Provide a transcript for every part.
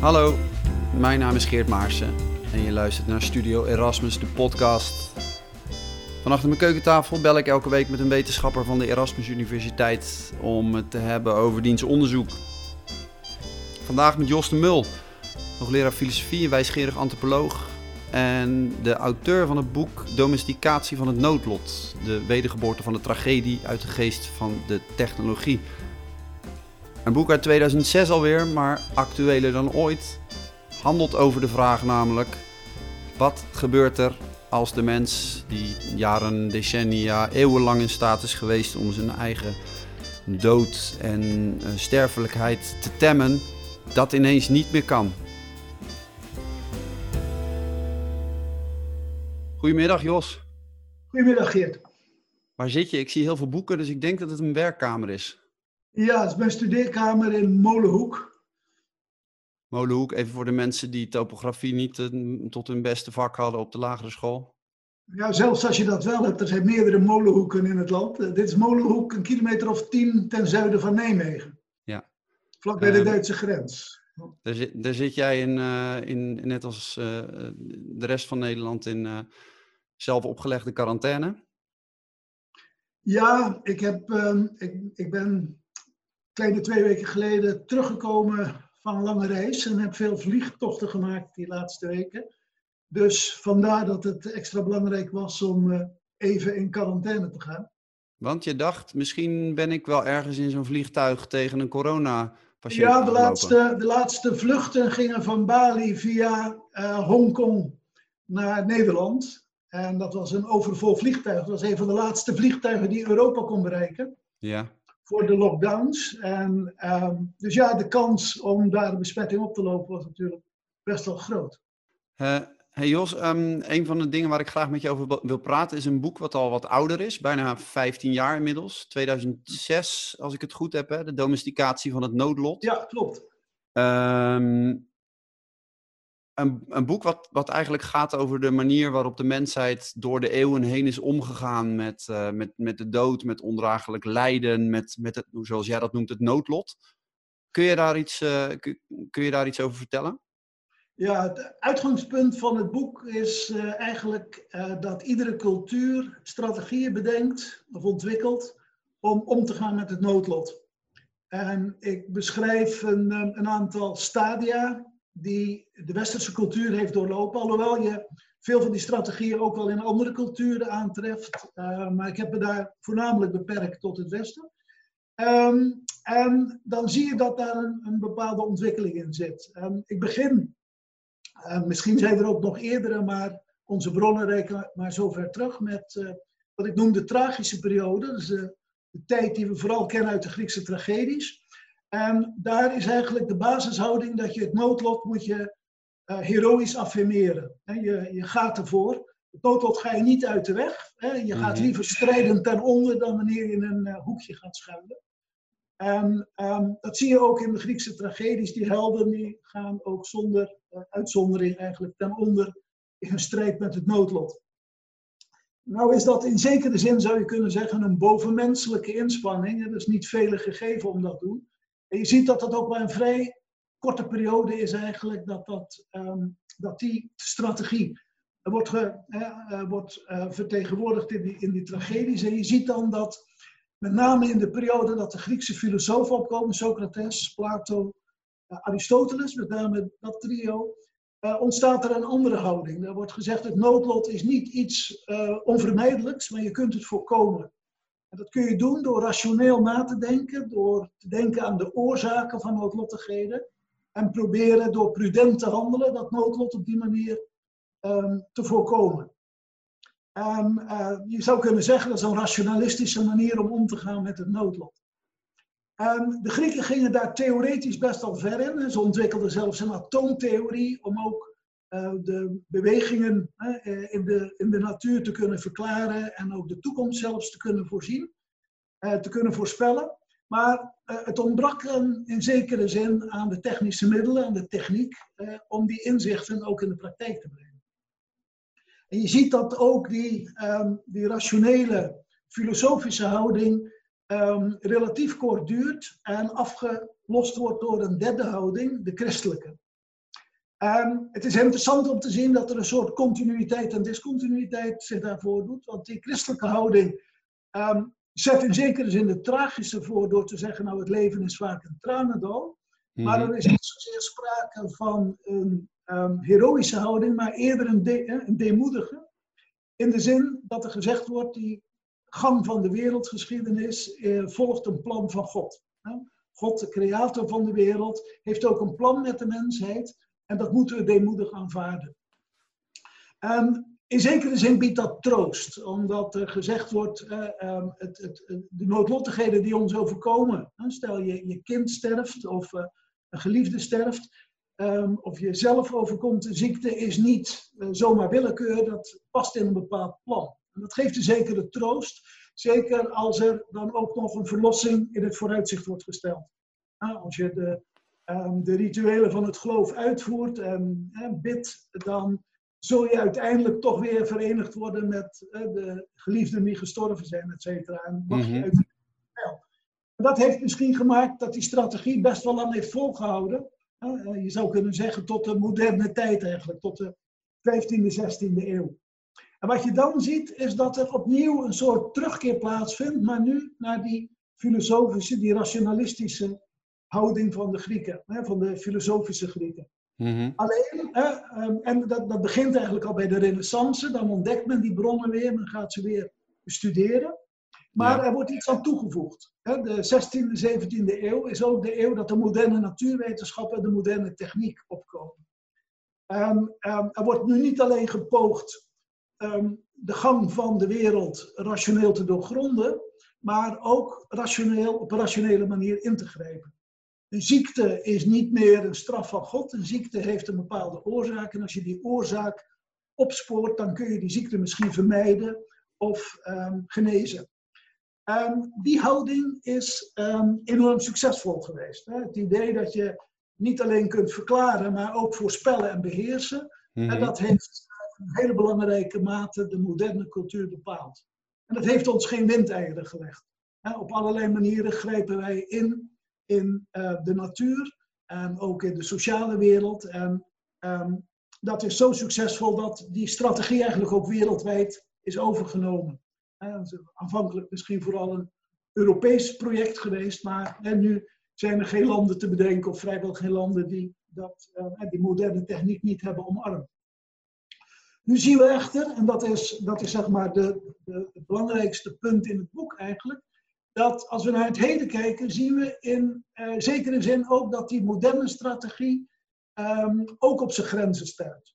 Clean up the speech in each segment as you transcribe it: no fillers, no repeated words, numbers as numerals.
Hallo, mijn naam is Geert Maarsen en je luistert naar Studio Erasmus, de podcast. Van achter mijn keukentafel bel ik elke week met een wetenschapper van de Erasmus Universiteit om het te hebben over diens onderzoek. Vandaag met Jos de Mul, hoogleraar filosofie en wijsgerig antropoloog en de auteur van het boek Domesticatie van het noodlot, de wedergeboorte van de tragedie uit de geest van de technologie. Een boek uit 2006 alweer, maar actueler dan ooit, handelt over de vraag namelijk: wat gebeurt er als de mens, die jaren, decennia, eeuwenlang in staat is geweest om zijn eigen dood en sterfelijkheid te temmen, dat ineens niet meer kan? Goedemiddag Jos. Goedemiddag Geert. Waar zit je? Ik zie heel veel boeken, dus ik denk dat het een werkkamer is. Ja, het is mijn studeerkamer in Molenhoek. Molenhoek, even voor de mensen die topografie niet tot hun beste vak hadden op de lagere school. Ja, zelfs als je dat wel hebt, er zijn meerdere molenhoeken in het land. Dit is Molenhoek, een kilometer of 10 ten zuiden van Nijmegen. Ja. Vlak bij de Duitse grens. Daar zit jij in net als de rest van Nederland in zelf opgelegde quarantaine? Ja, ik ben kleine 2 weken geleden teruggekomen van een lange reis en heb veel vliegtochten gemaakt die laatste weken. Dus vandaar dat het extra belangrijk was om even in quarantaine te gaan. Want je dacht, misschien ben ik wel ergens in zo'n vliegtuig tegen een coronapatiënt Ja, aangelopen. de laatste vluchten gingen van Bali via Hongkong naar Nederland. En dat was een overvol vliegtuig. Dat was een van de laatste vliegtuigen die Europa kon bereiken. Ja. Voor de lockdowns. En, dus ja, de kans om daar de besmetting op te lopen was natuurlijk best wel groot. Hey Jos, een van de dingen waar ik graag met je over wil praten is een boek wat al wat ouder is. Bijna 15 jaar inmiddels. 2006, als ik het goed heb, hè? De Domesticatie van het noodlot. Ja, klopt. Een boek wat eigenlijk gaat over de manier waarop de mensheid door de eeuwen heen is omgegaan met de dood, met ondraaglijk lijden, met het, zoals jij dat noemt, het noodlot. Kun je daar iets over vertellen? Ja, het uitgangspunt van het boek is eigenlijk dat iedere cultuur strategieën bedenkt of ontwikkelt om te gaan met het noodlot. En ik beschrijf een aantal stadia die de westerse cultuur heeft doorlopen, alhoewel je veel van die strategieën ook wel in andere culturen aantreft. Maar ik heb me daar voornamelijk beperkt tot het westen. En dan zie je dat daar een bepaalde ontwikkeling in zit. Ik begin, misschien zijn er ook nog eerdere, maar onze bronnen rekenen maar zover terug met wat ik noem de tragische periode. Dus de tijd die we vooral kennen uit de Griekse tragedies. En daar is eigenlijk de basishouding dat je het noodlot moet je heroïs affirmeren. Je gaat ervoor. Het noodlot ga je niet uit de weg. Je gaat liever strijden ten onder dan wanneer je in een hoekje gaat schuilen. En dat zie je ook in de Griekse tragedies. Die helden die gaan ook zonder uitzondering eigenlijk ten onder in een strijd met het noodlot. Nou is dat in zekere zin, zou je kunnen zeggen, een bovenmenselijke inspanning. Er is niet vele gegeven om dat te doen. En je ziet dat dat ook wel een vrij korte periode is eigenlijk, dat die strategie wordt vertegenwoordigd in die tragedies. En je ziet dan dat met name in de periode dat de Griekse filosofen opkomen, Socrates, Plato, Aristoteles, met name dat trio, ontstaat er een andere houding. Er wordt gezegd, het noodlot is niet iets onvermijdelijks, maar je kunt het voorkomen. En dat kun je doen door rationeel na te denken, door te denken aan de oorzaken van noodlottigheden en proberen door prudent te handelen dat noodlot op die manier te voorkomen. Je zou kunnen zeggen dat is een rationalistische manier om te gaan met het noodlot. De Grieken gingen daar theoretisch best al ver in. Ze ontwikkelden zelfs een atoomtheorie om ook de bewegingen in de natuur te kunnen verklaren en ook de toekomst zelfs te kunnen voorzien, te kunnen voorspellen. Maar het ontbrak in zekere zin aan de technische middelen, aan de techniek, om die inzichten ook in de praktijk te brengen. En je ziet dat ook die rationele, filosofische houding relatief kort duurt en afgelost wordt door een derde houding, de christelijke. Het is interessant om te zien dat er een soort continuïteit en discontinuïteit zich daarvoor doet. Want die christelijke houding zet in zekere zin de tragische voor door te zeggen, nou het leven is vaak een tranendal. Maar er is niet zozeer sprake van een heroïsche houding, maar eerder een deemoedige. In de zin dat er gezegd wordt, die gang van de wereldgeschiedenis volgt een plan van God. God, de creator van de wereld, heeft ook een plan met de mensheid en dat moeten we deemoedig aanvaarden. In zekere zin biedt dat troost, omdat er gezegd wordt, de noodlottigheden die ons overkomen, stel je kind sterft of een geliefde sterft, of je zelf overkomt een ziekte, is niet zomaar willekeur, dat past in een bepaald plan. En dat geeft een zekere troost, zeker als er dan ook nog een verlossing in het vooruitzicht wordt gesteld. Als je de rituelen van het geloof uitvoert en bidt, dan zul je uiteindelijk toch weer verenigd worden met de geliefden die gestorven zijn, et cetera. En mag je uit. Dat heeft misschien gemaakt dat die strategie best wel lang heeft volgehouden. Je zou kunnen zeggen tot de moderne tijd eigenlijk, tot de 15e, 16e eeuw. En wat je dan ziet is dat er opnieuw een soort terugkeer plaatsvindt, maar nu naar die filosofische, die rationalistische houding van de Grieken, van de filosofische Grieken. Alleen, en dat begint eigenlijk al bij de Renaissance, dan ontdekt men die bronnen weer, men gaat ze weer bestuderen. Maar er wordt iets aan toegevoegd. De 16e, 17e eeuw is ook de eeuw dat de moderne natuurwetenschappen en de moderne techniek opkomen. Er wordt nu niet alleen gepoogd de gang van de wereld rationeel te doorgronden, maar ook op een rationele manier in te grijpen. Een ziekte is niet meer een straf van God. Een ziekte heeft een bepaalde oorzaak. En als je die oorzaak opspoort, dan kun je die ziekte misschien vermijden of genezen. Die houding is enorm succesvol geweest. Het idee dat je niet alleen kunt verklaren, maar ook voorspellen en beheersen. En dat heeft in hele belangrijke mate de moderne cultuur bepaald. En dat heeft ons geen windeieren gelegd. Op allerlei manieren grijpen wij in de natuur en ook in de sociale wereld. En dat is zo succesvol dat die strategie eigenlijk ook wereldwijd is overgenomen. Aanvankelijk misschien vooral een Europees project geweest, maar nu zijn er geen landen te bedenken, of vrijwel geen landen die die moderne techniek niet hebben omarmd. Nu zien we echter, en dat is zeg maar het belangrijkste punt in het boek eigenlijk, dat als we naar het heden kijken, zien we in zekere zin ook dat die moderne strategie ook op zijn grenzen stuit.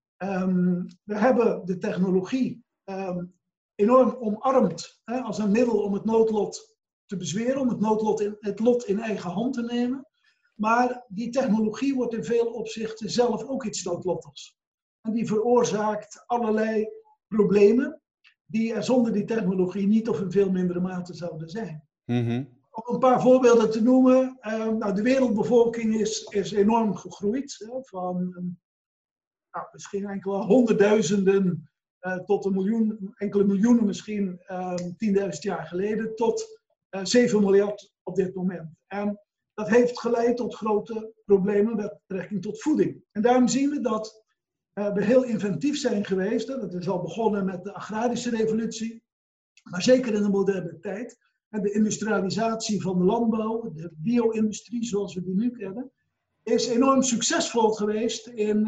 We hebben de technologie enorm omarmd als een middel om het noodlot te bezweren, om het lot in eigen hand te nemen. Maar die technologie wordt in veel opzichten zelf ook iets noodlottigs. En die veroorzaakt allerlei problemen die er zonder die technologie niet of in veel mindere mate zouden zijn. Om een paar voorbeelden te noemen. De wereldbevolking is enorm gegroeid. Van misschien enkele honderdduizenden tot enkele miljoenen misschien 10.000 jaar geleden, tot 7 miljard op dit moment. En dat heeft geleid tot grote problemen met betrekking tot voeding. En daarom zien we dat we heel inventief zijn geweest. Dat is al begonnen met de agrarische revolutie, maar zeker in de moderne tijd. De industrialisatie van de landbouw, de bio-industrie zoals we die nu kennen, is enorm succesvol geweest in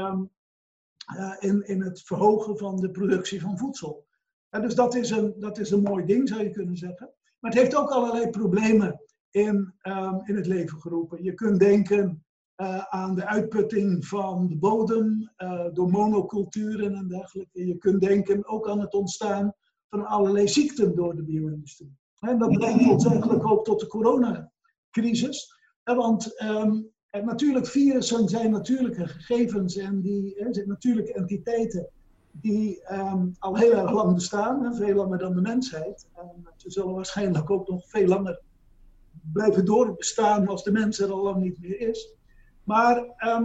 het verhogen van de productie van voedsel. Dus dat is een mooi ding, zou je kunnen zeggen. Maar het heeft ook allerlei problemen in het leven geroepen. Je kunt denken aan de uitputting van de bodem door monoculturen en dergelijke. Je kunt denken ook aan het ontstaan van allerlei ziekten door de bio-industrie. En dat brengt ons eigenlijk ook tot de coronacrisis. Want natuurlijk, virussen zijn natuurlijke gegevens en zijn natuurlijke entiteiten die al heel erg lang bestaan, veel langer dan de mensheid. Ze zullen waarschijnlijk ook nog veel langer blijven doorbestaan als de mens er al lang niet meer is. Maar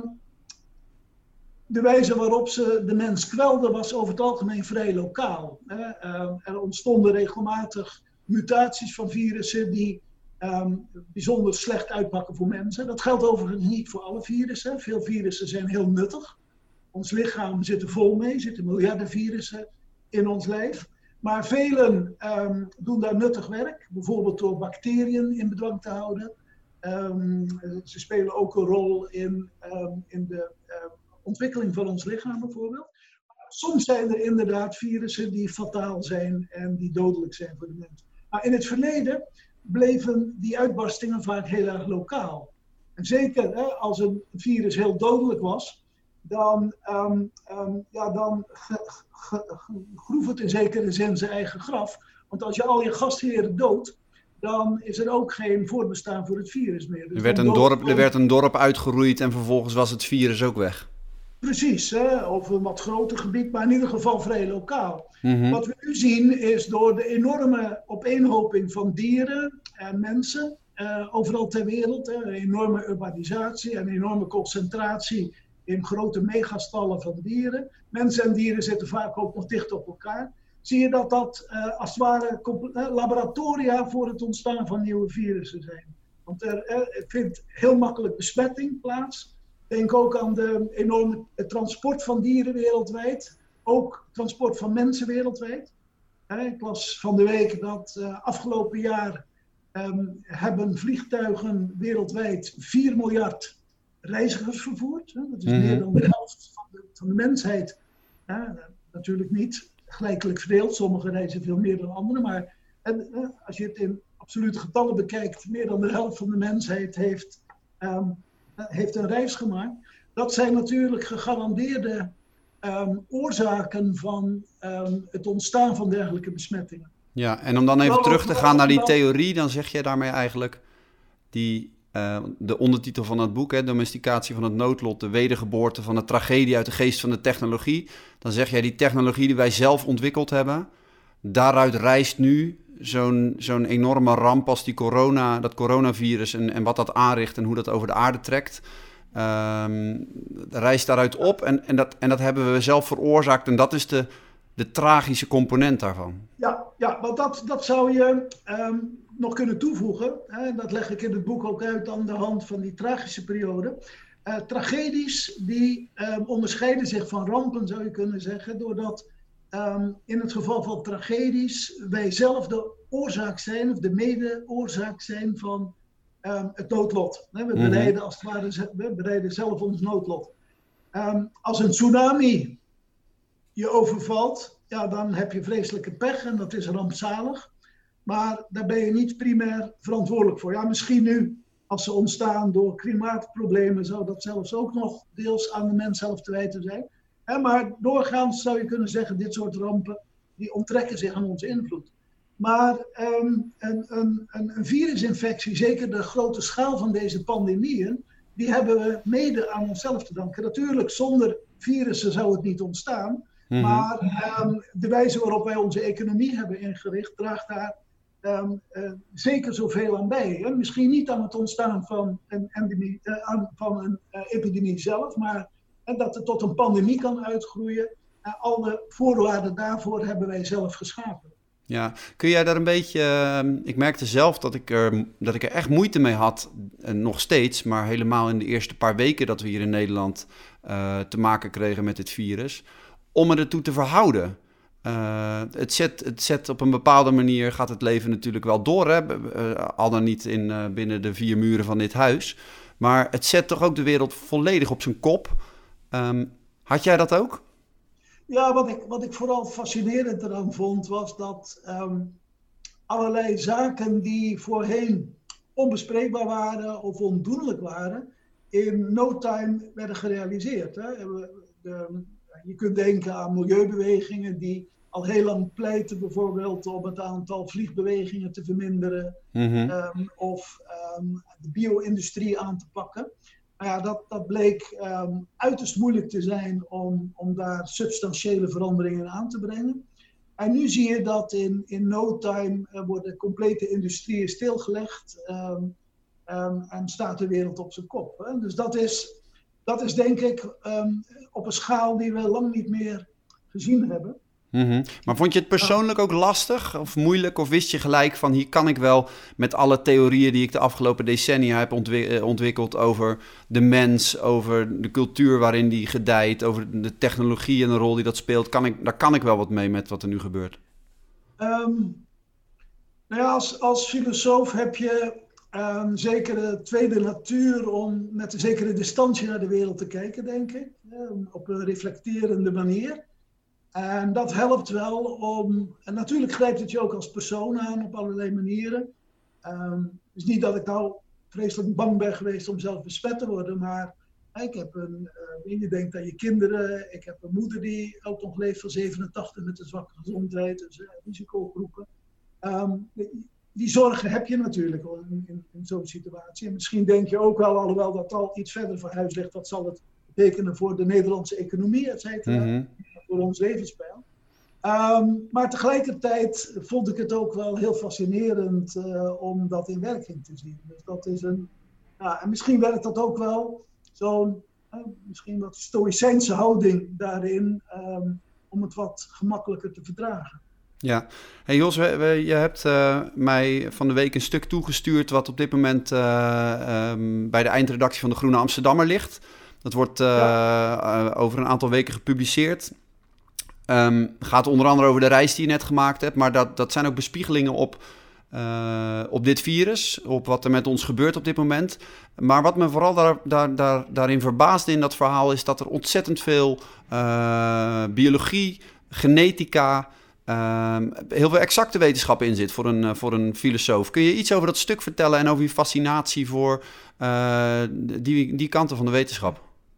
de wijze waarop ze de mens kwelden was over het algemeen vrij lokaal. Er ontstonden regelmatig mutaties van virussen die bijzonder slecht uitpakken voor mensen. Dat geldt overigens niet voor alle virussen. Veel virussen zijn heel nuttig. Ons lichaam zit er vol mee, er zitten miljarden virussen in ons lijf. Maar velen doen daar nuttig werk, bijvoorbeeld door bacteriën in bedwang te houden. Ze spelen ook een rol in de ontwikkeling van ons lichaam bijvoorbeeld. Soms zijn er inderdaad virussen die fataal zijn en die dodelijk zijn voor de mens. Maar in het verleden bleven die uitbarstingen vaak heel erg lokaal. En zeker als een virus heel dodelijk was, dan groef het in zekere zin zijn eigen graf. Want als je al je gastheren doodt, dan is er ook geen voortbestaan voor het virus meer. Dus er werd een dorp uitgeroeid en vervolgens was het virus ook weg. Precies, over een wat groter gebied, maar in ieder geval vrij lokaal. Mm-hmm. Wat we nu zien is door de enorme opeenhoping van dieren en mensen overal ter wereld, een enorme urbanisatie en een enorme concentratie in grote megastallen van dieren. Mensen en dieren zitten vaak ook nog dicht op elkaar. Zie je dat als het ware laboratoria voor het ontstaan van nieuwe virussen zijn. Want er vindt heel makkelijk besmetting plaats. Denk ook aan de enorme transport van dieren wereldwijd. Ook transport van mensen wereldwijd. Ik las van de week dat afgelopen jaar hebben vliegtuigen wereldwijd 4 miljard reizigers vervoerd. Dat is meer dan de helft van de mensheid. Natuurlijk niet gelijkelijk verdeeld. Sommigen reizen veel meer dan anderen. Maar als je het in absolute getallen bekijkt, meer dan de helft van de mensheid heeft een reis gemaakt. Dat zijn natuurlijk gegarandeerde oorzaken van het ontstaan van dergelijke besmettingen. Ja, en om dan even terug te gaan naar die theorie, dan zeg jij daarmee eigenlijk de ondertitel van het boek, Domesticatie van het noodlot, de wedergeboorte van de tragedie uit de geest van de technologie. Dan zeg jij die technologie die wij zelf ontwikkeld hebben, daaruit rijst nu zo'n enorme ramp als dat coronavirus en wat dat aanricht en hoe dat over de aarde trekt, rijst daaruit op en dat hebben we zelf veroorzaakt en dat is de tragische component daarvan. Ja, want dat zou je nog kunnen toevoegen. Dat leg ik in het boek ook uit aan de hand van die tragische periode. Tragedies die onderscheiden zich van rampen, zou je kunnen zeggen, doordat in het geval van tragedies wij zelf de oorzaak zijn of de mede-oorzaak zijn van het noodlot. We bereiden als het ware, we bereiden zelf ons noodlot. Als een tsunami je overvalt, ja, dan heb je vreselijke pech en dat is rampzalig. Maar daar ben je niet primair verantwoordelijk voor. Ja, misschien nu, als ze ontstaan door klimaatproblemen, zou dat zelfs ook nog deels aan de mens zelf te wijten zijn. Maar doorgaans zou je kunnen zeggen, dit soort rampen, die onttrekken zich aan onze invloed. Maar een virusinfectie, zeker de grote schaal van deze pandemieën, die hebben we mede aan onszelf te danken. Natuurlijk, zonder virussen zou het niet ontstaan. Maar de wijze waarop wij onze economie hebben ingericht, draagt daar zeker zoveel aan bij. Hè? Misschien niet aan het ontstaan van een epidemie zelf, maar dat het tot een pandemie kan uitgroeien. Alle voorwaarden daarvoor hebben wij zelf geschapen. Ja, kun jij daar een beetje... ik merkte zelf dat ik er echt moeite mee had, nog steeds, maar helemaal in de eerste paar weken dat we hier in Nederland te maken kregen met dit virus, om me ertoe te verhouden. Het zet op een bepaalde manier, gaat het leven natuurlijk wel door, hè? Al dan niet binnen de 4 muren van dit huis. Maar het zet toch ook de wereld volledig op zijn kop. Had jij dat ook? Ja, wat ik vooral fascinerend eraan vond, was dat allerlei zaken die voorheen onbespreekbaar waren of ondoenlijk waren, in no time werden gerealiseerd. Hè? Je kunt denken aan milieubewegingen die al heel lang pleiten bijvoorbeeld om het aantal vliegbewegingen te verminderen of de bio-industrie aan te pakken. Nou ja, dat bleek uiterst moeilijk te zijn om daar substantiële veranderingen aan te brengen. En nu zie je dat in no time worden complete industrieën stilgelegd en staat de wereld op zijn kop. Hè? Dus dat is denk ik op een schaal die we lang niet meer gezien hebben. Maar vond je het persoonlijk ook lastig of moeilijk? Of wist je gelijk van hier kan ik wel met alle theorieën die ik de afgelopen decennia heb ontwikkeld over de mens, over de cultuur waarin die gedijt, over de technologie en de rol die dat speelt, daar kan ik wel wat mee met wat er nu gebeurt? Nou ja, als filosoof heb je zekere tweede natuur om met een zekere distantie naar de wereld te kijken, denk ik. Op een reflecterende manier. En dat helpt wel om... En natuurlijk grijpt het je ook als persoon aan op allerlei manieren. Dus niet dat ik nou vreselijk bang ben geweest om zelf besmet te worden, maar ik heb je denkt aan je kinderen. Ik heb een moeder die ook nog leeft van 87 met een zwakke gezondheid, dus risicogroepen. Die zorgen heb je natuurlijk in zo'n situatie. En misschien denk je ook wel, alhoewel dat al iets verder van huis ligt, wat zal het betekenen voor de Nederlandse economie, et cetera, voor ons levenspeil. Maar tegelijkertijd vond ik het ook wel heel fascinerend om dat in werking te zien. Dus dat is en misschien werkt dat ook wel zo'n, misschien wat stoïcijnse houding daarin, om het wat gemakkelijker te verdragen. Ja. Hey Jos, je hebt mij van de week een stuk toegestuurd wat op dit moment bij de eindredactie van de Groene Amsterdammer ligt. Dat wordt over een aantal weken gepubliceerd. Gaat onder andere over de reis die je net gemaakt hebt, maar dat zijn ook bespiegelingen op dit virus, op wat er met ons gebeurt op dit moment. Maar wat me vooral daarin verbaasde in dat verhaal is dat er ontzettend veel biologie, genetica, heel veel exacte wetenschap in zit voor een filosoof. Kun je iets over dat stuk vertellen en over je fascinatie voor die kanten van de wetenschap?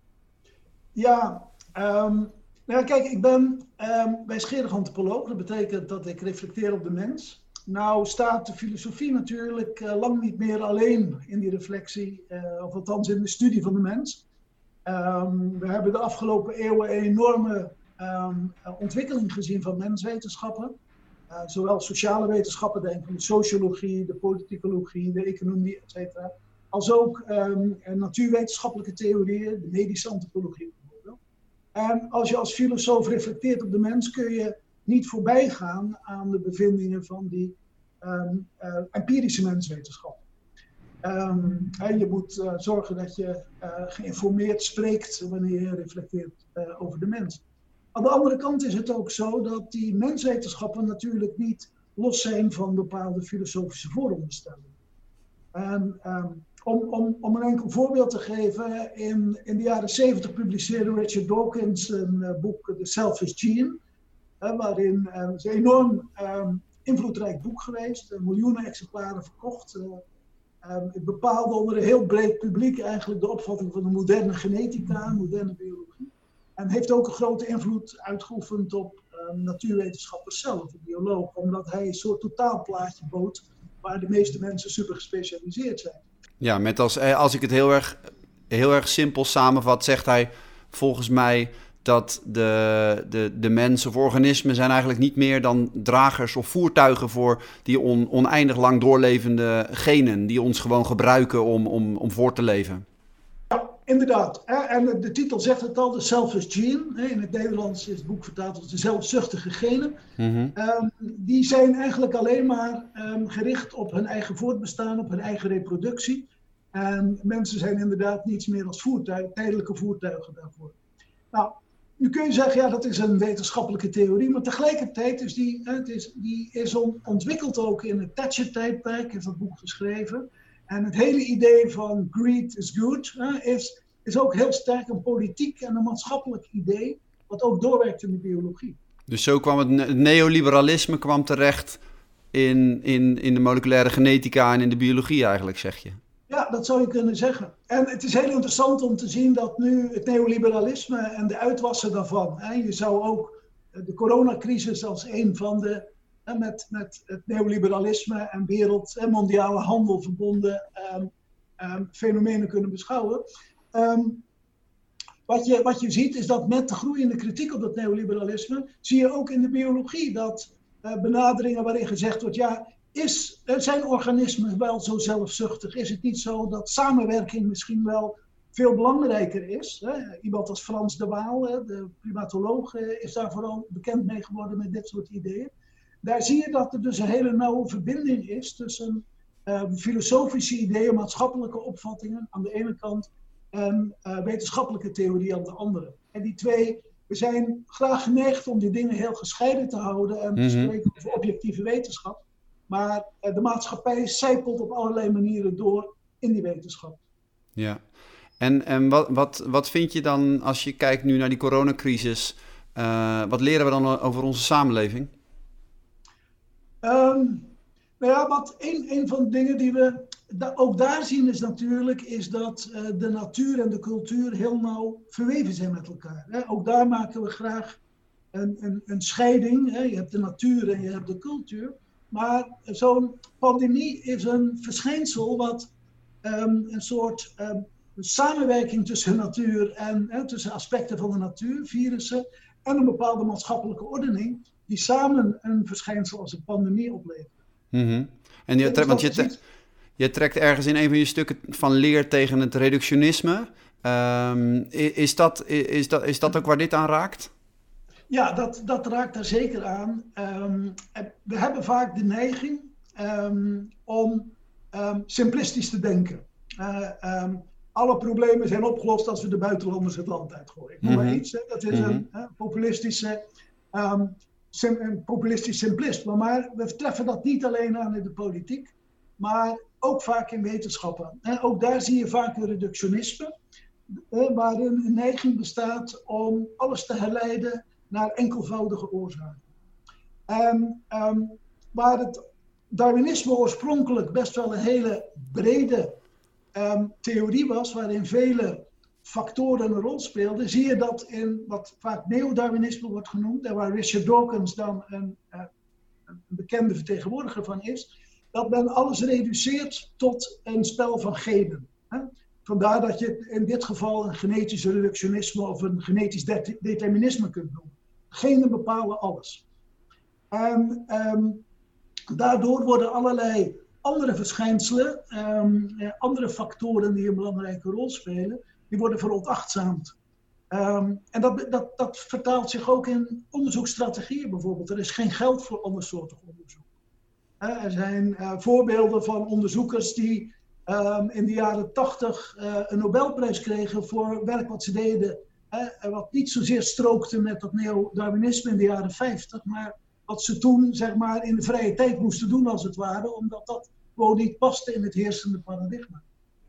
Ja, kijk, ik ben wijsgerig antropoloog. Dat betekent dat ik reflecteer op de mens. Nou staat de filosofie natuurlijk lang niet meer alleen in die reflectie, of althans in de studie van de mens. We hebben de afgelopen eeuwen een enorme ontwikkeling gezien van menswetenschappen. Zowel sociale wetenschappen, denk aan de sociologie, de politicologie, de economie, et cetera. Als ook natuurwetenschappelijke theorieën, de medische antropologie bijvoorbeeld. En als je als filosoof reflecteert op de mens, kun je niet voorbij gaan aan de bevindingen van die empirische menswetenschappen. Je moet zorgen dat je geïnformeerd spreekt wanneer je reflecteert over de mens. Aan de andere kant is het ook zo dat die menswetenschappen natuurlijk niet los zijn van bepaalde filosofische vooronderstellingen. En om een enkel voorbeeld te geven, in de jaren 70 publiceerde Richard Dawkins een boek, The Selfish Gene, waarin het een enorm invloedrijk boek geweest, miljoenen exemplaren verkocht. Het bepaalde onder een heel breed publiek eigenlijk de opvatting van de moderne genetica, moderne biologie. En heeft ook een grote invloed uitgeoefend op natuurwetenschappers zelf, de bioloog, omdat hij een soort totaalplaatje bood waar de meeste mensen super gespecialiseerd zijn. Ja, met als ik het heel erg simpel samenvat, zegt hij volgens mij dat de mensen of organismen zijn eigenlijk niet meer dan dragers of voertuigen voor die oneindig lang doorlevende genen die ons gewoon gebruiken om voor te leven. Ja, inderdaad. En de titel zegt het al, de selfish gene. In het Nederlands is het boek vertaald als de zelfzuchtige genen. Mm-hmm. Die zijn eigenlijk alleen maar gericht op hun eigen voortbestaan, op hun eigen reproductie. En mensen zijn inderdaad niets meer als tijdelijke voertuigen daarvoor. Nou, nu kun je zeggen, ja, dat is een wetenschappelijke theorie, maar tegelijkertijd is die is ontwikkeld ook in het Thatcher-tijdperk, is dat boek geschreven. En het hele idee van greed is good is ook heel sterk een politiek en een maatschappelijk idee, wat ook doorwerkt in de biologie. Dus zo kwam het neoliberalisme terecht in de moleculaire genetica en in de biologie eigenlijk, zeg je? Ja, dat zou je kunnen zeggen. En het is heel interessant om te zien dat nu het neoliberalisme en de uitwassen daarvan, je zou ook de coronacrisis als een van de met het neoliberalisme en mondiale handel verbonden fenomenen kunnen beschouwen. Wat je ziet is dat met de groeiende kritiek op dat neoliberalisme, zie je ook in de biologie dat benaderingen waarin gezegd wordt, ja, zijn organismen wel zo zelfzuchtig? Is het niet zo dat samenwerking misschien wel veel belangrijker is. Iemand als Frans de Waal, de primatoloog, is daar vooral bekend mee geworden met dit soort ideeën. Daar zie je dat er dus een hele nauwe verbinding is tussen filosofische ideeën, maatschappelijke opvattingen aan de ene kant en wetenschappelijke theorie aan de andere. En die twee, we zijn graag geneigd om die dingen heel gescheiden te houden en te spreken over objectieve wetenschap. Maar de maatschappij sijpelt op allerlei manieren door in die wetenschap. Ja, en wat vind je dan als je kijkt nu naar die coronacrisis? Wat leren we dan over onze samenleving? Nou ja, een van de dingen die we ook daar zien is dat de natuur en de cultuur heel nauw verweven zijn met elkaar. Hè. Ook daar maken we graag een scheiding. Hè. Je hebt de natuur en je hebt de cultuur. Maar zo'n pandemie is een verschijnsel wat een soort samenwerking tussen natuur en tussen aspecten van de natuur, virussen en een bepaalde maatschappelijke ordening, die samen een verschijnsel als een pandemie opleveren. Mm-hmm. En je trekt ergens in een van je stukken van leer tegen het reductionisme. Is dat ook waar dit aan raakt? Ja, dat raakt daar zeker aan. We hebben vaak de neiging om simplistisch te denken. Alle problemen zijn opgelost als we de buitenlanders het land uitgooien. Ik noem maar iets. Hè. Dat is een populistisch simplisme. Maar we treffen dat niet alleen aan in de politiek, maar ook vaak in wetenschappen. Ook daar zie je vaak een reductionisme, waarin een neiging bestaat om alles te herleiden naar enkelvoudige oorzaken. Waar het Darwinisme oorspronkelijk best wel een hele brede theorie was, waarin vele factoren een rol speelden, zie je dat in wat vaak neo-Darwinisme wordt genoemd, en waar Richard Dawkins dan een bekende vertegenwoordiger van is, dat men alles reduceert tot een spel van genen. Vandaar dat je in dit geval een genetisch reductionisme of een genetisch determinisme kunt noemen. Genen bepalen alles. Daardoor worden allerlei andere verschijnselen, andere factoren die een belangrijke rol spelen, die worden veronachtzaamd. En dat vertaalt zich ook in onderzoeksstrategieën bijvoorbeeld. Er is geen geld voor andersoortig onderzoek. Er zijn voorbeelden van onderzoekers die in de jaren 80 een Nobelprijs kregen voor werk wat ze deden. Wat niet zozeer strookte met dat neo-Darwinisme in de jaren 50, maar wat ze toen zeg maar in de vrije tijd moesten doen als het ware, omdat dat gewoon niet paste in het heersende paradigma.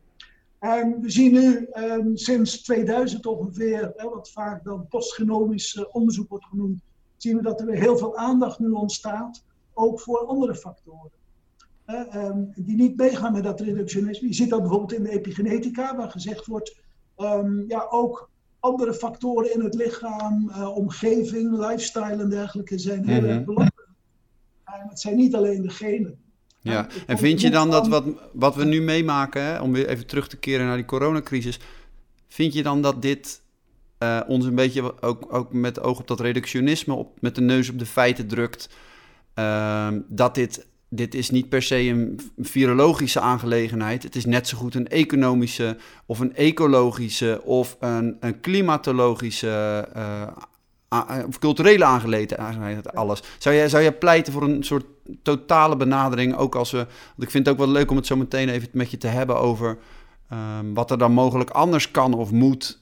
En we zien nu sinds 2000 ongeveer, wat vaak dan postgenomisch onderzoek wordt genoemd, zien we dat er weer heel veel aandacht nu ontstaat, ook voor andere factoren. Die niet meegaan met dat reductionisme. Je ziet dat bijvoorbeeld in de epigenetica, waar gezegd wordt, ook andere factoren in het lichaam, omgeving, lifestyle en dergelijke zijn heel erg belangrijk. Het zijn niet alleen de genen. Ja, en vind je dan dat wat we nu meemaken, hè, om weer even terug te keren naar die coronacrisis, vind je dan dat dit ons een beetje ook met oog op dat reductionisme, met de neus op de feiten drukt, dat dit is niet per se een virologische aangelegenheid. Het is net zo goed een economische of een ecologische of een klimatologische of culturele aangelegenheid, alles. Zou jij pleiten voor een soort totale benadering, ook als want ik vind het ook wel leuk om het zo meteen even met je te hebben over wat er dan mogelijk anders kan of moet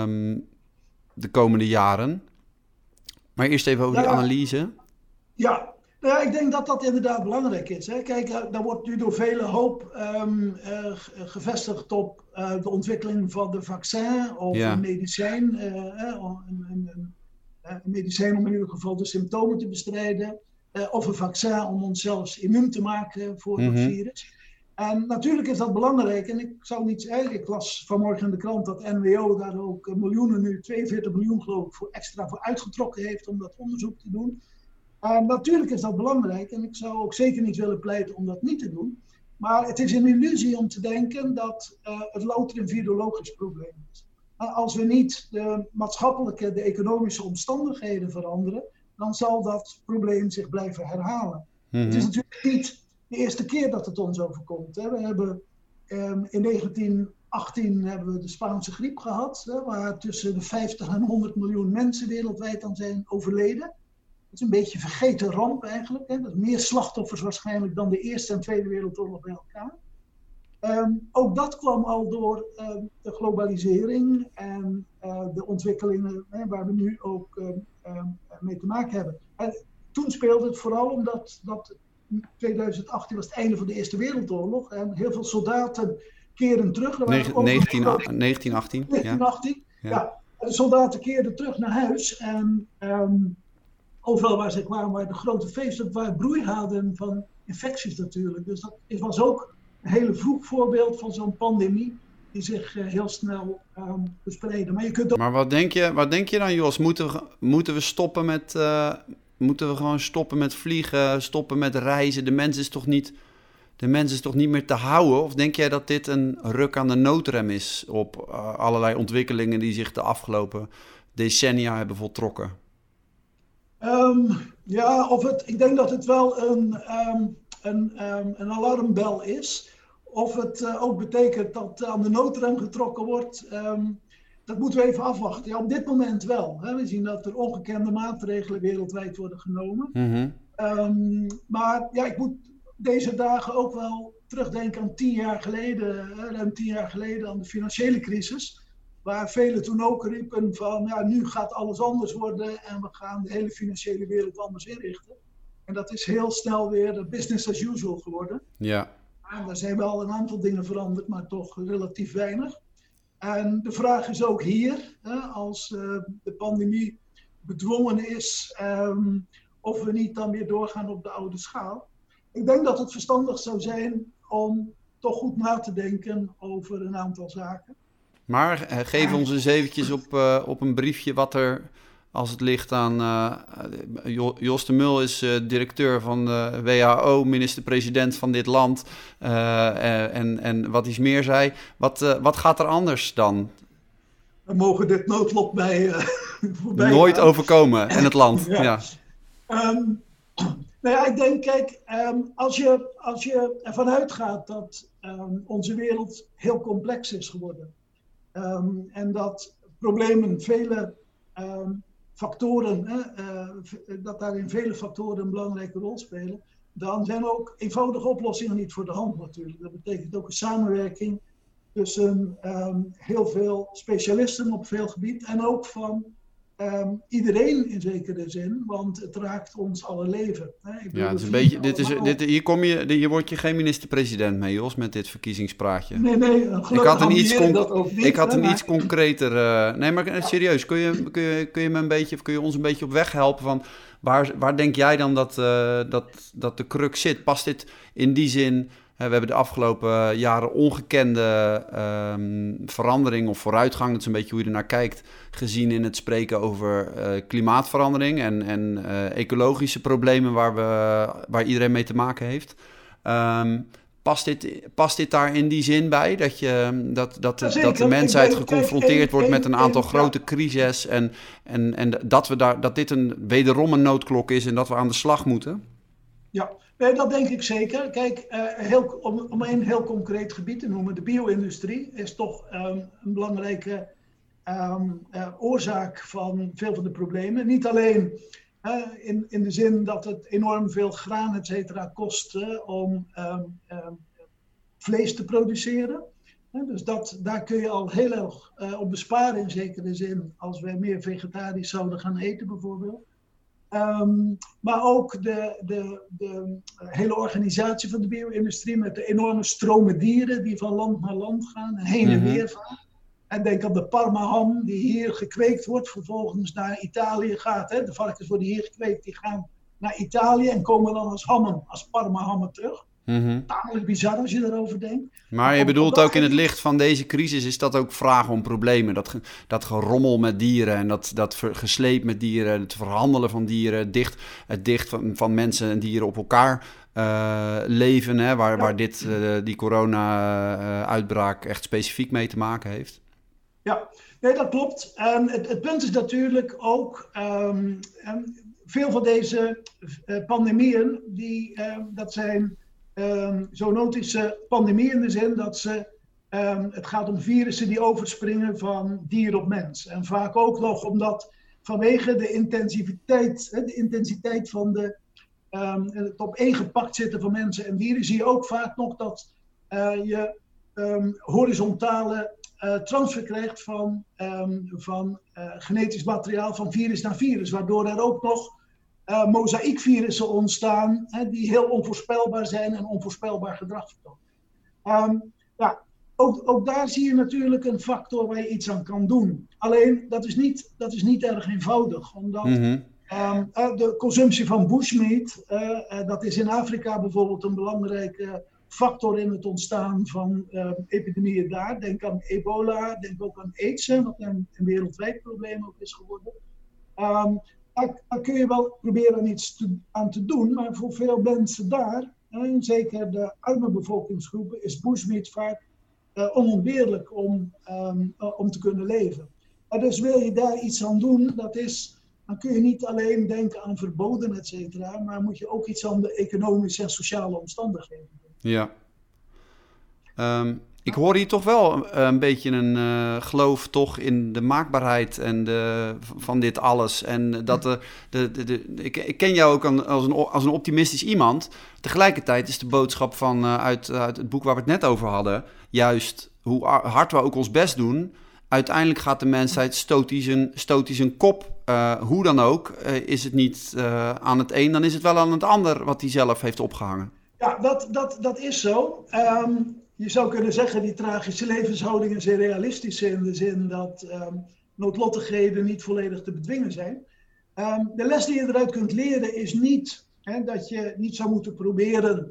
de komende jaren. Maar eerst even over die analyse. Ja. Nou ja, ik denk dat dat inderdaad belangrijk is. Hè. Kijk, daar wordt nu door velen hoop gevestigd op de ontwikkeling van de vaccin of een medicijn. Een medicijn om in ieder geval de symptomen te bestrijden. Of een vaccin om onszelf immuun te maken voor het virus. En natuurlijk is dat belangrijk. En ik las vanmorgen in de krant dat NWO daar ook miljoenen, nu 42 miljoen geloof ik, extra voor uitgetrokken heeft om dat onderzoek te doen. Natuurlijk is dat belangrijk en ik zou ook zeker niet willen pleiten om dat niet te doen. Maar het is een illusie om te denken dat het louter een virologisch probleem is. Als we niet de maatschappelijke, de economische omstandigheden veranderen, dan zal dat probleem zich blijven herhalen. Het is natuurlijk niet de eerste keer dat het ons overkomt. Hè. We hebben in 18 hebben we de Spaanse griep gehad, waar tussen de 50 en 100 miljoen mensen wereldwijd aan zijn overleden. Dat is een beetje een vergeten ramp eigenlijk. Dat is meer slachtoffers waarschijnlijk dan de Eerste en Tweede Wereldoorlog bij elkaar. Ook dat kwam al door de globalisering en de ontwikkelingen waar we nu ook mee te maken hebben. Toen speelde het vooral omdat 2018 was het einde van de Eerste Wereldoorlog en heel veel soldaten keren terug. 1918. Ja. De soldaten keerden terug naar huis en overal waar ze kwamen waren de grote feesten, waren broeihaarden van infecties natuurlijk. Dus dat was ook een hele vroeg voorbeeld van zo'n pandemie die zich heel snel verspreidde. Maar wat denk je dan, Jos? Moeten we stoppen met... Moeten we gewoon stoppen met vliegen, stoppen met reizen? De mens is toch niet meer te houden? Of denk jij dat dit een ruk aan de noodrem is op allerlei ontwikkelingen die zich de afgelopen decennia hebben voltrokken? Ik denk dat het wel een alarmbel is. Of het ook betekent dat aan de noodrem getrokken wordt, dat moeten we even afwachten. Ja, op dit moment wel. Hè. We zien dat er ongekende maatregelen wereldwijd worden genomen. Mm-hmm. Maar ja, ik moet deze dagen ook wel terugdenken aan 10 jaar geleden, ruim 10 jaar geleden, aan de financiële crisis. Waar velen toen ook riepen van, ja, nu gaat alles anders worden en we gaan de hele financiële wereld anders inrichten. En dat is heel snel weer business as usual geworden. Ja. En er zijn wel een aantal dingen veranderd, maar toch relatief weinig. En de vraag is ook hier, als de pandemie bedwongen is, of we niet dan weer doorgaan op de oude schaal. Ik denk dat het verstandig zou zijn om toch goed na te denken over een aantal zaken. Maar geef ons eens eventjes op een briefje wat er, als het ligt aan... Jos de Mul is directeur van de WHO, minister-president van dit land. En wat iets meer zei. Wat gaat er anders dan? We mogen dit noodlot voorbij nooit gaan. Overkomen en het land. Ja. Nou ja, ik denk, kijk, als je ervan uitgaat dat onze wereld heel complex is geworden. En dat problemen vele factoren, dat daarin vele factoren een belangrijke rol spelen, dan zijn ook eenvoudige oplossingen niet voor de hand natuurlijk. Dat betekent ook een samenwerking tussen heel veel specialisten op veel gebied en ook van iedereen in zekere zin, want het raakt ons alle leven. Ja, het is een beetje. Hier word je geen minister-president mee, Jos, met dit verkiezingspraatje. Nee, ik had een iets concreter. Nee, maar serieus, kun je ons een beetje op weg helpen van waar denk jij dan dat de crux zit? Past dit in die zin? We hebben de afgelopen jaren ongekende verandering of vooruitgang, dat is een beetje hoe je ernaar kijkt, gezien in het spreken over klimaatverandering en ecologische problemen waar iedereen mee te maken heeft. Past dit daar in die zin bij? Dat de mensheid geconfronteerd wordt met een aantal grote crises en dat dit wederom een noodklok is en dat we aan de slag moeten? Ja, dat denk ik zeker. Kijk, om een heel concreet gebied te noemen, de bio-industrie is toch een belangrijke oorzaak van veel van de problemen. Niet alleen in de zin dat het enorm veel graan, et cetera, kost om vlees te produceren. Dus daar kun je al heel erg op besparen in zekere zin als we meer vegetarisch zouden gaan eten bijvoorbeeld. Maar ook de hele organisatie van de bio-industrie met de enorme stromen dieren die van land naar land gaan en heen en weer gaan. En denk aan de Parma-ham die hier gekweekt wordt, vervolgens naar Italië gaat. Hè. De varkens worden hier gekweekt, die gaan naar Italië en komen dan als hammen, als Parma-hammen terug. Tamelijk bizar als je daarover denkt. Maar je bedoelt ook in het licht van deze crisis is dat ook vragen om problemen. Dat gerommel met dieren en dat gesleep met dieren, het verhandelen van dieren, het dicht van mensen en dieren op elkaar leven, hè, waar die corona-uitbraak echt specifiek mee te maken heeft. Ja, nee, dat klopt. En het punt is natuurlijk ook, veel van deze pandemieën, dat zijn zoonotische pandemieën in de zin dat ze Het gaat om virussen die overspringen van dier op mens. En vaak ook nog omdat vanwege de intensiteit van het opeengepakt zitten van mensen en dieren, zie je ook vaak nog dat je horizontale transfer krijgt van genetisch materiaal van virus naar virus. Waardoor er ook nog mozaïekvirussen ontstaan die heel onvoorspelbaar zijn en onvoorspelbaar gedrag vertonen. Ook daar zie je natuurlijk een factor waar je iets aan kan doen. Alleen, dat is niet erg eenvoudig. Omdat de consumptie van bushmeat, dat is in Afrika bijvoorbeeld een belangrijke factor in het ontstaan van epidemieën daar. Denk aan ebola, denk ook aan AIDS, wat een wereldwijd probleem ook is geworden. Daar kun je wel proberen iets aan te doen, maar voor veel mensen daar, zeker de arme bevolkingsgroepen, is bushmeat vaak onontbeerlijk om te kunnen leven. Dus wil je daar iets aan doen, dan kun je niet alleen denken aan verboden, et cetera, maar moet je ook iets aan de economische en sociale omstandigheden doen. Ja. Ik hoor hier toch wel een beetje een geloof toch in de maakbaarheid en van dit alles. En dat ik ken jou ook als een optimistisch iemand. Tegelijkertijd is de boodschap uit het boek waar we het net over hadden, juist hoe hard we ook ons best doen, uiteindelijk gaat de mensheid stoot hij zijn kop. Hoe dan ook, is het niet aan het een, dan is het wel aan het ander wat hij zelf heeft opgehangen. Ja, dat is zo. Je zou kunnen zeggen, die tragische levenshoudingen zijn realistisch in de zin dat noodlottigheden niet volledig te bedwingen zijn. De les die je eruit kunt leren is niet dat je niet zou moeten proberen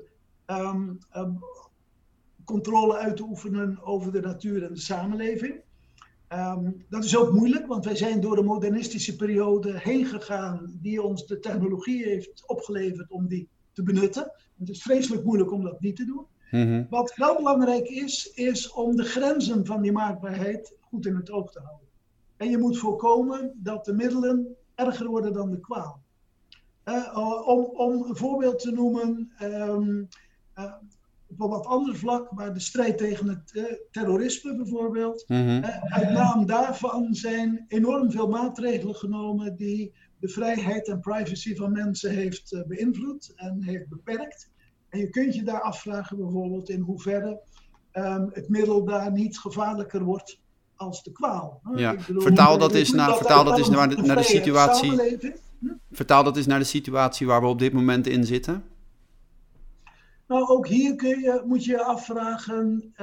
controle uit te oefenen over de natuur en de samenleving. Dat is ook moeilijk, want wij zijn door de modernistische periode heen gegaan die ons de technologie heeft opgeleverd om die te benutten. Het is vreselijk moeilijk om dat niet te doen. Mm-hmm. Wat wel belangrijk is om de grenzen van die maakbaarheid goed in het oog te houden. En je moet voorkomen dat de middelen erger worden dan de kwaal. Om een voorbeeld te noemen, op een wat ander vlak, maar de strijd tegen het terrorisme bijvoorbeeld. Mm-hmm. Uit naam daarvan zijn enorm veel maatregelen genomen die de vrijheid en privacy van mensen heeft beïnvloed en heeft beperkt. En je kunt je daar afvragen bijvoorbeeld in hoeverre het middel daar niet gevaarlijker wordt als de kwaal. Ja. Vertaal dat eens naar de situatie. Vertaal dat eens naar de situatie waar we op dit moment in zitten. Nou, ook hier moet je je afvragen,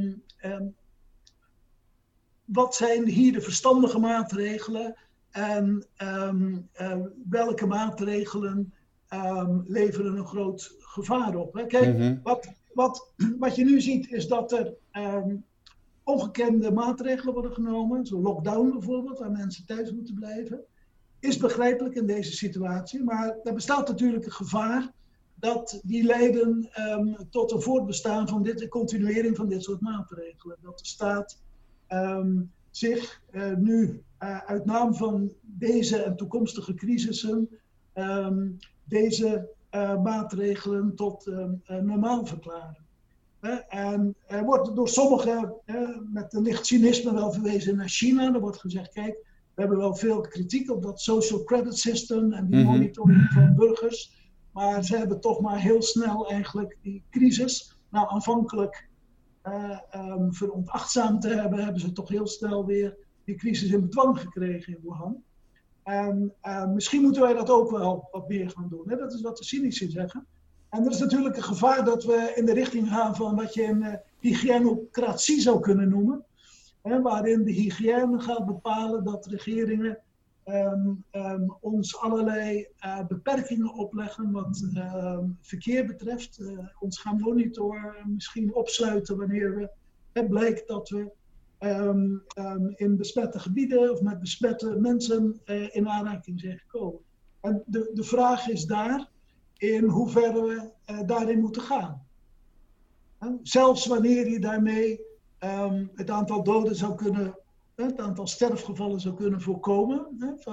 wat zijn hier de verstandige maatregelen en welke maatregelen leveren een groot gevaar op. Hè? Kijk, mm-hmm. wat je nu ziet is dat er ongekende maatregelen worden genomen, zo'n lockdown bijvoorbeeld, waar mensen thuis moeten blijven. Is begrijpelijk in deze situatie, maar er bestaat natuurlijk een gevaar dat die leiden tot een voortbestaan van de continuering van dit soort maatregelen. Dat de staat zich nu uit naam van deze en toekomstige crisissen deze maatregelen tot normaal verklaren. En er wordt door sommigen met een licht cynisme wel verwezen naar China. Er wordt gezegd, kijk, we hebben wel veel kritiek op dat social credit system en die monitoring van burgers. Maar ze hebben toch maar heel snel eigenlijk die crisis, nou aanvankelijk veronachtzaamd te hebben ze toch heel snel weer die crisis in bedwang gekregen in Wuhan. En misschien moeten wij dat ook wel wat meer gaan doen. Hè? Dat is wat de cynici zeggen. En er is natuurlijk een gevaar dat we in de richting gaan van wat je een hygiënocratie zou kunnen noemen. Hè? Waarin de hygiëne gaat bepalen dat regeringen ons allerlei beperkingen opleggen wat verkeer betreft. Ons gaan monitoren, misschien opsluiten wanneer het blijkt dat we in besmette gebieden of met besmette mensen in aanraking zijn gekomen. En de vraag is daar in hoeverre we daarin moeten gaan. Zelfs wanneer je daarmee het aantal doden zou kunnen, het aantal sterfgevallen zou kunnen voorkomen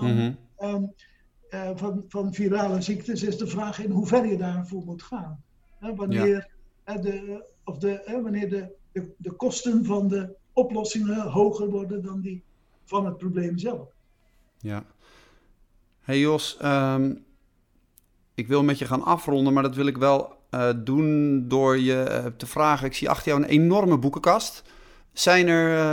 van virale ziektes, is de vraag in hoeverre je daarvoor moet gaan. Wanneer de kosten van de oplossingen hoger worden dan die van het probleem zelf. Ja. Hey Jos, ik wil met je gaan afronden, maar dat wil ik wel doen door je te vragen. Ik zie achter jou een enorme boekenkast. Zijn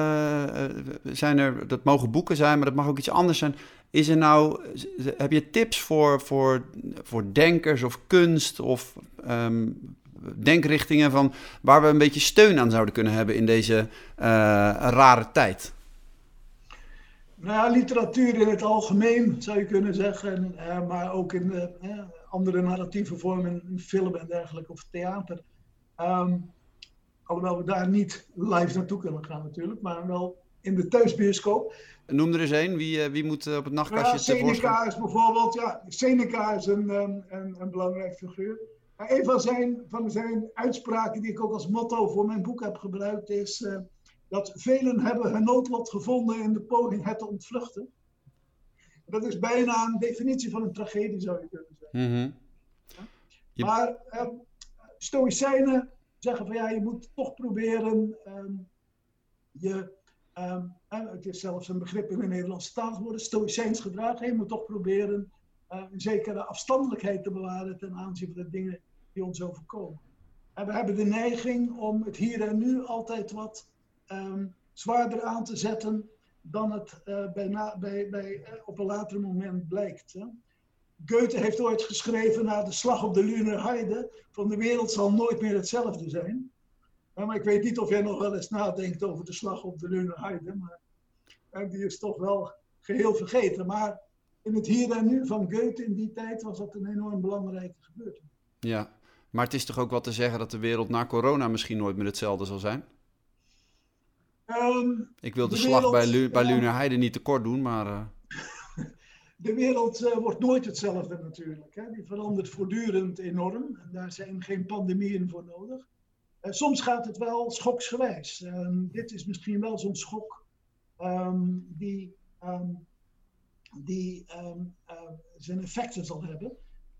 er, dat mogen boeken zijn, maar dat mag ook iets anders zijn. Heb je tips voor denkers of kunst of denkrichtingen van waar we een beetje steun aan zouden kunnen hebben in deze rare tijd? Nou ja, literatuur in het algemeen zou je kunnen zeggen, maar ook in andere narratieve vormen, film en dergelijke of theater. Alhoewel we daar niet live naartoe kunnen gaan natuurlijk, maar wel in de thuisbioscoop. Noem er eens een. Wie moet op het nachtkastje Seneca is bijvoorbeeld, Seneca is een belangrijk figuur. Een van zijn uitspraken die ik ook als motto voor mijn boek heb gebruikt is dat velen hebben hun noodlot gevonden in de poging het te ontvluchten. Dat is bijna een definitie van een tragedie, zou je kunnen zeggen. Mm-hmm. Maar stoïcijnen zeggen van je moet toch proberen het is zelfs een begrip in de Nederlandse taal geworden, stoïcijns gedrag. Je moet toch proberen een zekere afstandelijkheid te bewaren ten aanzien van de dingen die ons overkomen. We hebben de neiging om het hier en nu altijd wat zwaarder aan te zetten dan het op een later moment blijkt. Hè. Goethe heeft ooit geschreven na de slag op de Lüner van de wereld zal nooit meer hetzelfde zijn. Maar ik weet niet of jij nog wel eens nadenkt over de slag op de Lüner, maar die is toch wel geheel vergeten. Maar in het hier en nu van Goethe in die tijd was dat een enorm belangrijke gebeurtenis. Ja, maar het is toch ook wat te zeggen dat de wereld na corona misschien nooit meer hetzelfde zal zijn? Ik wil de slag bij Lüner niet tekort doen, maar... De wereld wordt nooit hetzelfde natuurlijk. Hè. Die verandert voortdurend enorm. En daar zijn geen pandemieën voor nodig. Soms gaat het wel schoksgewijs. Dit is misschien wel zo'n schok die zijn effecten zal hebben.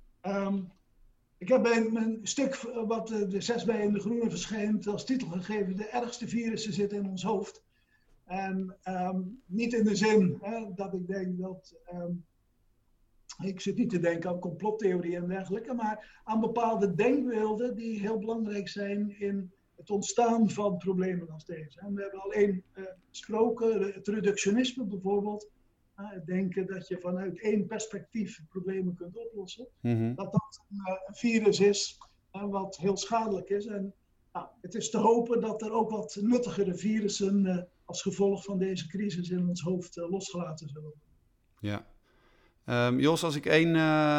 Ik heb bij mijn stuk, wat de 6 mei in De Groene verschijnt, als titel gegeven: de ergste virussen zitten in ons hoofd. En niet in de zin dat ik denk dat... ik zit niet te denken aan complottheorieën en dergelijke, maar aan bepaalde denkbeelden die heel belangrijk zijn in het ontstaan van problemen als deze. En we hebben al besproken, het reductionisme bijvoorbeeld. Het denken dat je vanuit één perspectief problemen kunt oplossen. Mm-hmm. Dat een virus is wat heel schadelijk is. En het is te hopen dat er ook wat nuttigere virussen als gevolg van deze crisis in ons hoofd losgelaten zullen worden. Ja. Jos, als ik één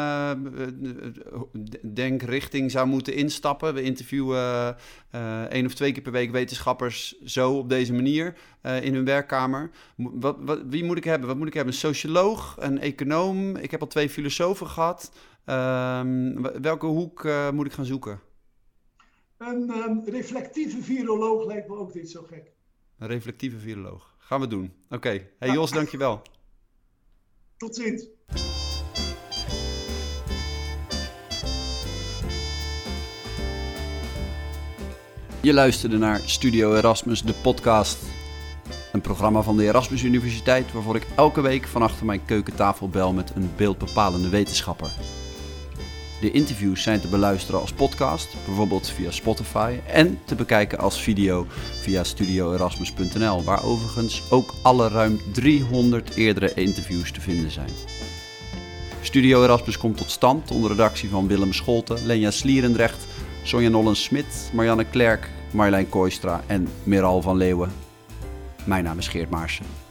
denkrichting zou moeten instappen. We interviewen 1 of 2 keer per week wetenschappers zo op deze manier in hun werkkamer. Wie moet ik hebben? Wat moet ik hebben? Een socioloog, een econoom? Ik heb al 2 filosofen gehad. Welke hoek moet ik gaan zoeken? Een reflectieve viroloog lijkt me ook niet zo gek. Een reflectieve viroloog. Gaan we doen. Oké. Hey Jos, dankjewel. Tot ziens. Je luisterde naar Studio Erasmus, de podcast. Een programma van de Erasmus Universiteit waarvoor ik elke week van achter mijn keukentafel bel met een beeldbepalende wetenschapper. De interviews zijn te beluisteren als podcast, bijvoorbeeld via Spotify, en te bekijken als video via studioerasmus.nl, waar overigens ook alle ruim 300 eerdere interviews te vinden zijn. Studio Erasmus komt tot stand onder redactie van Willem Scholten, Lenja Slierendrecht, Sonja Nollens-Smit, Marianne Klerk, Marjolein Kooistra en Meral van Leeuwen. Mijn naam is Geert Maarsen.